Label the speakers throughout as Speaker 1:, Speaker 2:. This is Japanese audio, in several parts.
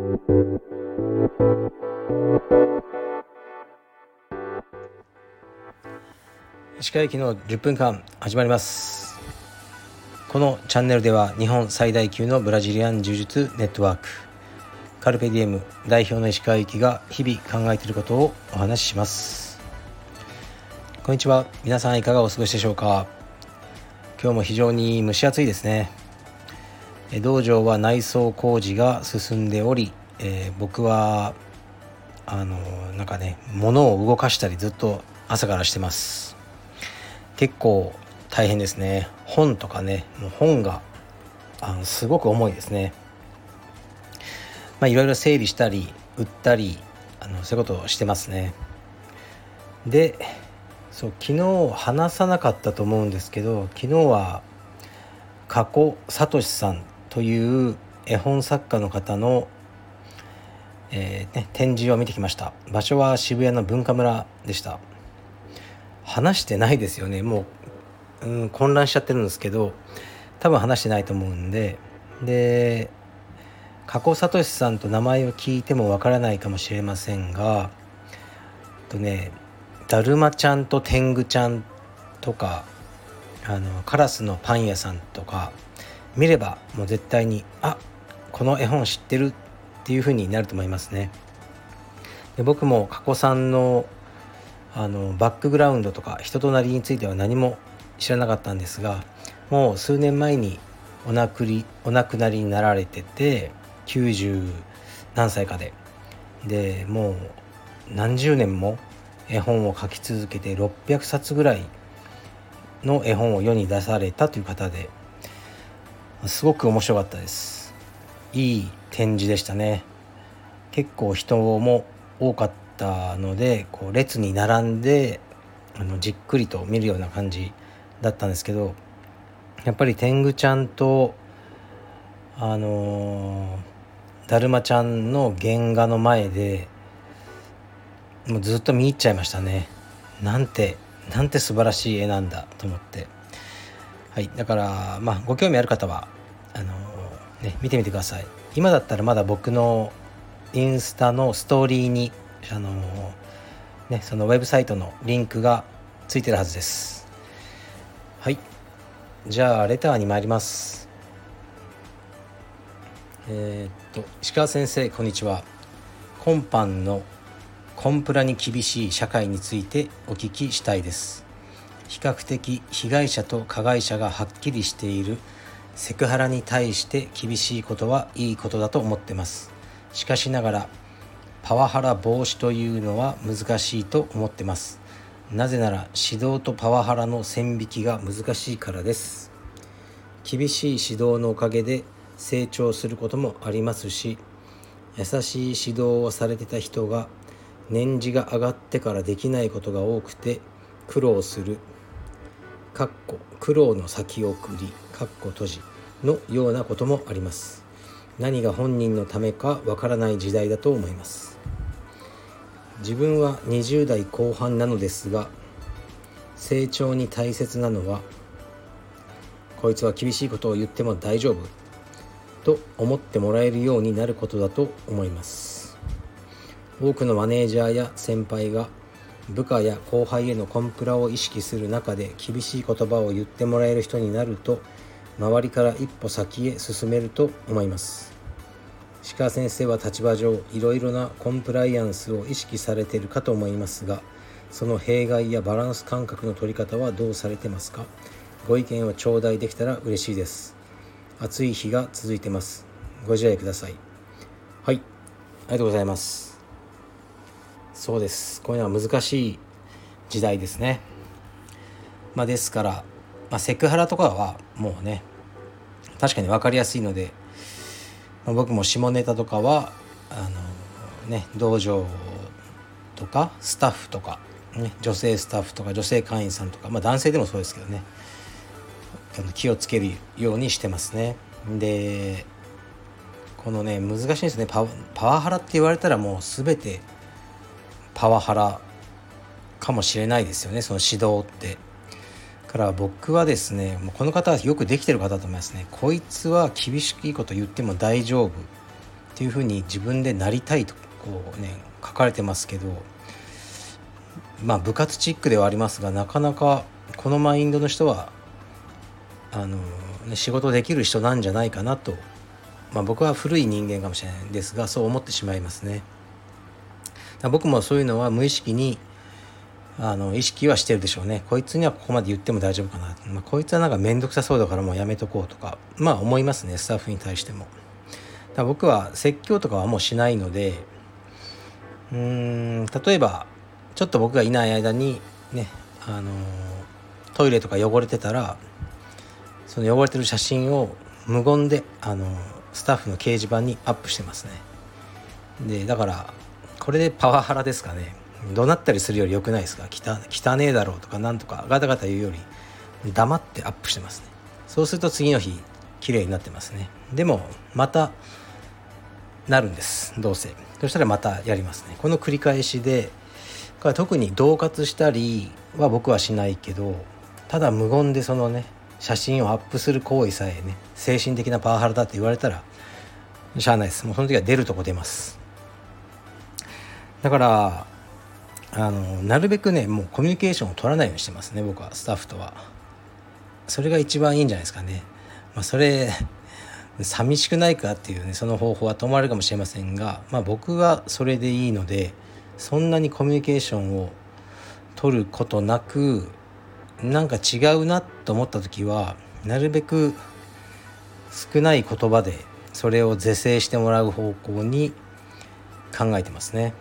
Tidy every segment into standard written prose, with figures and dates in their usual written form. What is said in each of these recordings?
Speaker 1: 石川駅の10分間始まります。このチャンネルでは日本最大級のブラジリアン柔術ネットワークカルペディエム代表の石川駅が日々考えていることをお話しします。こんにちは。皆さんいかがお過ごしでしょうか。今日も非常に蒸し暑いですね。道場は内装工事が進んでおり、僕は物を動かしたりずっと朝からしてます。結構大変ですね。本とかね、もう本がすごく重いですね。いろいろ整理したり売ったりそういうことをしてますね。で、昨日話さなかったと思うんですけど、昨日は加古聡さんという絵本作家の方の、展示を見てきました。場所は渋谷の文化村でした。話してないですよね。もう、混乱しちゃってるんですけど、多分話してないと思うんで、加古聡さんと名前を聞いてもわからないかもしれませんが、だるまちゃんと天狗ちゃんとかカラスのパン屋さんとか見ればもう絶対にこの絵本知ってるっていう風になると思いますね。で、僕も加古さんのバックグラウンドとか人となりについては何も知らなかったんですが、もう数年前にお亡くなりになられてて、90何歳かでもう何十年も絵本を書き続けて600冊ぐらいの絵本を世に出されたという方で、すごく面白かったです。いい展示でしたね。結構人も多かったので、列に並んでじっくりと見るような感じだったんですけど、やっぱり天狗ちゃんとだるまちゃんの原画の前でもうずっと見入っちゃいましたね。なんて素晴らしい絵なんだと思って、だからご興味ある方は見てみてください。今だったらまだ僕のインスタのストーリーにそのウェブサイトのリンクがついてるはずです。じゃあレターに参ります。石川先生、こんにちは。今般のコンプラに厳しい社会についてお聞きしたいです。比較的被害者と加害者がはっきりしているセクハラに対して厳しいことはいいことだと思ってます。しかしながらパワハラ防止というのは難しいと思ってます。なぜなら指導とパワハラの線引きが難しいからです。厳しい指導のおかげで成長することもありますし、優しい指導をされてた人が年次が上がってからできないことが多くて苦労する苦労の先送り閉じのようなこともあります。何が本人のためかわからない時代だと思います。自分は20代後半なのですが、成長に大切なのはこいつは厳しいことを言っても大丈夫と思ってもらえるようになることだと思います。多くのマネージャーや先輩が部下や後輩へのコンプラを意識する中で厳しい言葉を言ってもらえる人になると、周りから一歩先へ進めると思います。石川先生は立場上いろいろなコンプライアンスを意識されているかと思いますが、その弊害やバランス感覚の取り方はどうされてますか。ご意見を頂戴できたら嬉しいです。暑い日が続いてます。ご自愛ください。ありがとうございます。そうです。こういうのは難しい時代ですね。ですから、セクハラとかはもうね、確かに分かりやすいので、僕も下ネタとかは道場とかスタッフとか、女性スタッフとか女性会員さんとか、男性でもそうですけどね、気をつけるようにしてますね。で、この難しいんですね。パワハラって言われたらもう全てパワハラかもしれないですよね、その指導って。から僕はですね、この方はよくできてる方だと思いますね。こいつは厳しいこと言っても大丈夫っていうふうに自分でなりたいと書かれてますけど、部活チックではありますが、なかなかこのマインドの人は仕事できる人なんじゃないかなと、僕は古い人間かもしれないんですが、そう思ってしまいますね。僕もそういうのは無意識に意識はしてるでしょうね。こいつにはここまで言っても大丈夫かな、こいつはなんか面倒くさそうだからもうやめとこうとか思いますね、スタッフに対しても。僕は説教とかはもうしないので、例えばちょっと僕がいない間にね、トイレとか汚れてたら、その汚れてる写真を無言でスタッフの掲示板にアップしてますね。でだからこれでパワハラですかね。怒鳴ったりするより良くないですか。汚ねえだろうとかなんとかガタガタ言うより黙ってアップしてますね。そうすると次の日綺麗になってますね。でもまたなるんです、どうせ。そしたらまたやりますね。この繰り返しで、特に恫喝したりは僕はしないけど、ただ無言でそのね写真をアップする行為さえね、精神的なパワハラだって言われたらしゃあないです。もうその時は出るとこ出ます。だからなるべくね、もうコミュニケーションを取らないようにしてますね、僕はスタッフとは。それが一番いいんじゃないですかね。それ寂しくないかっていうね、その方法はと思われるかもしれませんが、僕はそれでいいので、そんなにコミュニケーションを取ることなく、なんか違うなと思った時はなるべく少ない言葉でそれを是正してもらう方向に考えてますね。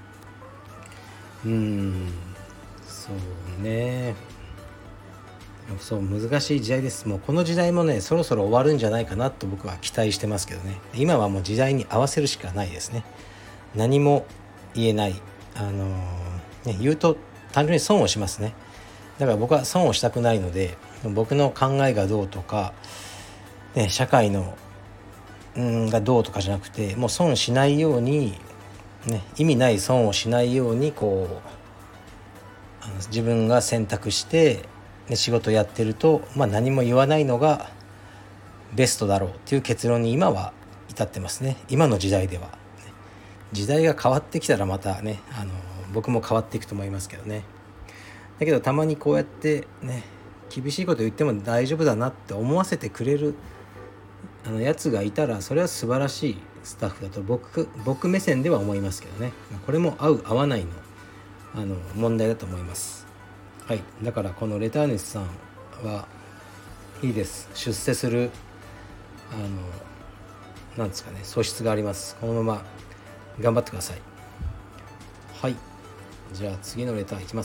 Speaker 1: そうね、そう難しい時代です。もうこの時代もね、そろそろ終わるんじゃないかなと僕は期待してますけどね。今はもう時代に合わせるしかないですね。何も言えない、言うと単純に損をしますね。だから僕は損をしたくないので、僕の考えがどうとか、社会のがどうとかじゃなくて、もう損しないように、意味ない損をしないように自分が選択して仕事やってると、何も言わないのがベストだろうっていう結論に今は至ってますね。今の時代では。時代が変わってきたらまたね、僕も変わっていくと思いますけどね。だけどたまにこうやってね、厳しいこと言っても大丈夫だなって思わせてくれるやつがいたら、それは素晴らしいスタッフだと僕目線では思いますけどね。これも合う合わないの問題だと思います。はい、だからこのレター主さんはいいです。出世するなんですかね、素質があります。このまま頑張ってください。はい、じゃあ次のレターいきます。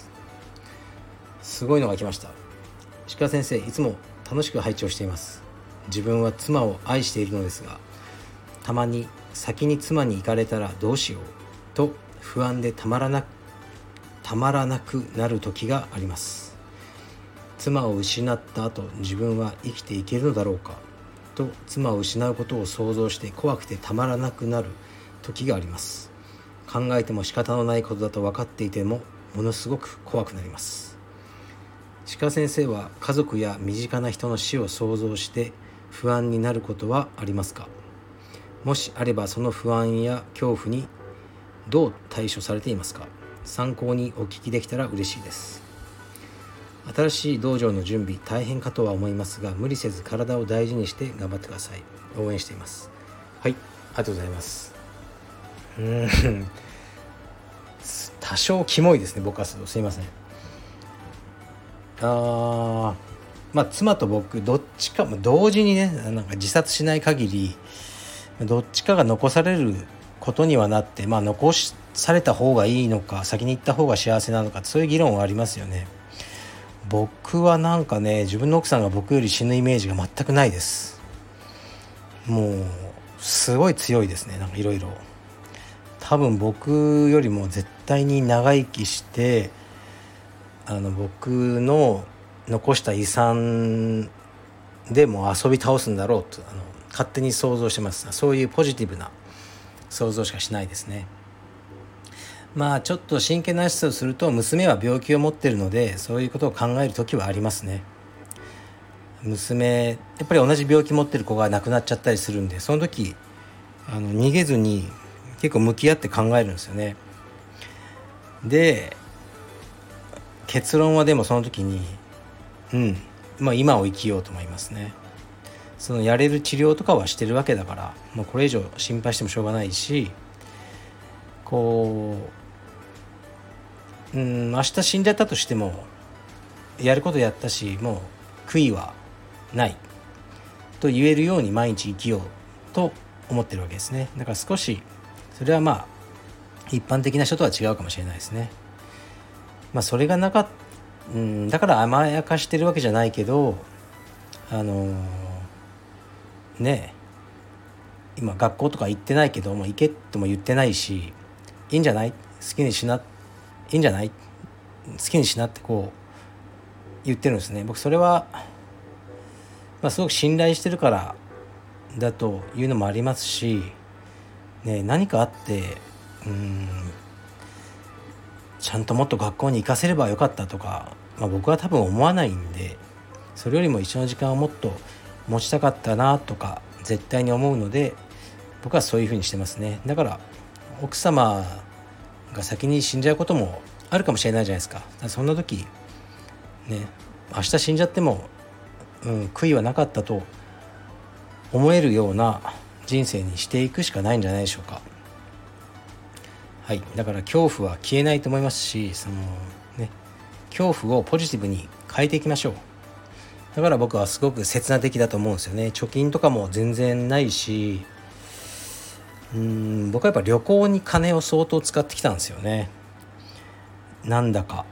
Speaker 1: すごいのが来ました。石川先生、いつも楽しく拝聴しています。自分は妻を愛しているのですが、たまに先に妻に行かれたらどうしようと不安でたまらなくなる時があります。妻を失った後、自分は生きていけるのだろうかと妻を失うことを想像して怖くてたまらなくなる時があります。考えても仕方のないことだと分かっていてもものすごく怖くなります。鹿先生は家族や身近な人の死を想像して不安になることはありますか？もしあればその不安や恐怖にどう対処されていますか？参考にお聞きできたら嬉しいです。新しい道場の準備大変かとは思いますが、無理せず体を大事にして頑張ってください。応援しています。はい、ありがとうございます。多少キモいですね、僕は。すいません。妻と僕どっちかも同時にね、なんか自殺しない限りどっちかが残されることにはなって、残された方がいいのか先に行った方が幸せなのか、そういう議論はありますよね。僕はなんかね、自分の奥さんが僕より死ぬイメージが全くないです。もうすごい強いですね。なんかいろいろ多分僕よりも絶対に長生きして僕の残した遺産でも遊び倒すんだろうと勝手に想像してます。そういうポジティブな想像しかしないですね。ちょっと真剣な話をすると、娘は病気を持っているのでそういうことを考える時はありますね。娘やっぱり同じ病気持ってる子が亡くなっちゃったりするんで、その時逃げずに結構向き合って考えるんですよね。で結論はでもその時に今を生きようと思いますね。そのやれる治療とかはしてるわけだから、もうこれ以上心配してもしょうがないし、明日死んじゃったとしてもやることやったし、もう悔いはないと言えるように毎日生きようと思ってるわけですね。だから少しそれは一般的な人とは違うかもしれないですね。それがなかった、だから甘やかしてるわけじゃないけど、今学校とか行ってないけども行けとも言ってないし、いいんじゃない、好きにしな、いいんじゃない、好きにしなって言ってるんですね。僕それは、すごく信頼してるからだというのもありますし、何かあってちゃんともっと学校に行かせればよかったとか、僕は多分思わないんで、それよりも一緒の時間をもっと持ちたかったなとか絶対に思うので、僕はそういうふうにしてますね。だから奥様が先に死んじゃうこともあるかもしれないじゃないですか。そんな時明日死んじゃっても、悔いはなかったと思えるような人生にしていくしかないんじゃないでしょうか。だから恐怖は消えないと思いますし、恐怖をポジティブに変えていきましょう。だから僕はすごく刹那的だと思うんですよね。貯金とかも全然ないし、僕はやっぱ旅行に金を相当使ってきたんですよね。なんだか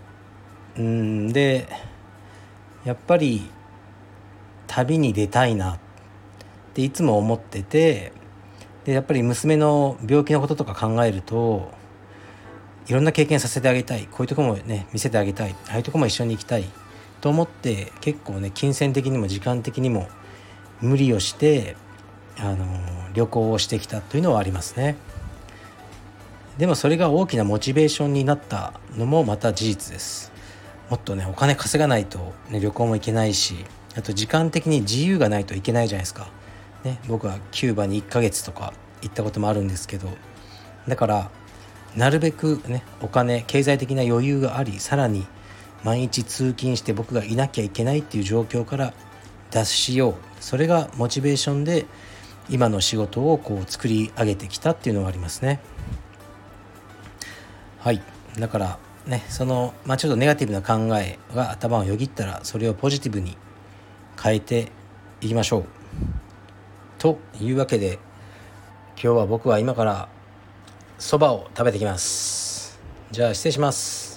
Speaker 1: でやっぱり旅に出たいなっていつも思ってて、でやっぱり娘の病気のこととか考えると、いろんな経験させてあげたい、こういうとこも見せてあげたい、ああいうとこも一緒に行きたいと思って、結構金銭的にも時間的にも無理をして旅行をしてきたというのはありますね。でもそれが大きなモチベーションになったのもまた事実です。もっとお金稼がないと、旅行も行けないし、あと時間的に自由がないといけないじゃないですか。僕はキューバに1ヶ月とか行ったこともあるんですけど、だからなるべくお金、経済的な余裕があり、さらに毎日通勤して僕がいなきゃいけないっていう状況から脱しよう、それがモチベーションで今の仕事を作り上げてきたっていうのがありますね。だからそのちょっとネガティブな考えが頭をよぎったら、それをポジティブに変えていきましょうというわけで、今日は僕は今からそばを食べてきます。じゃあ失礼します。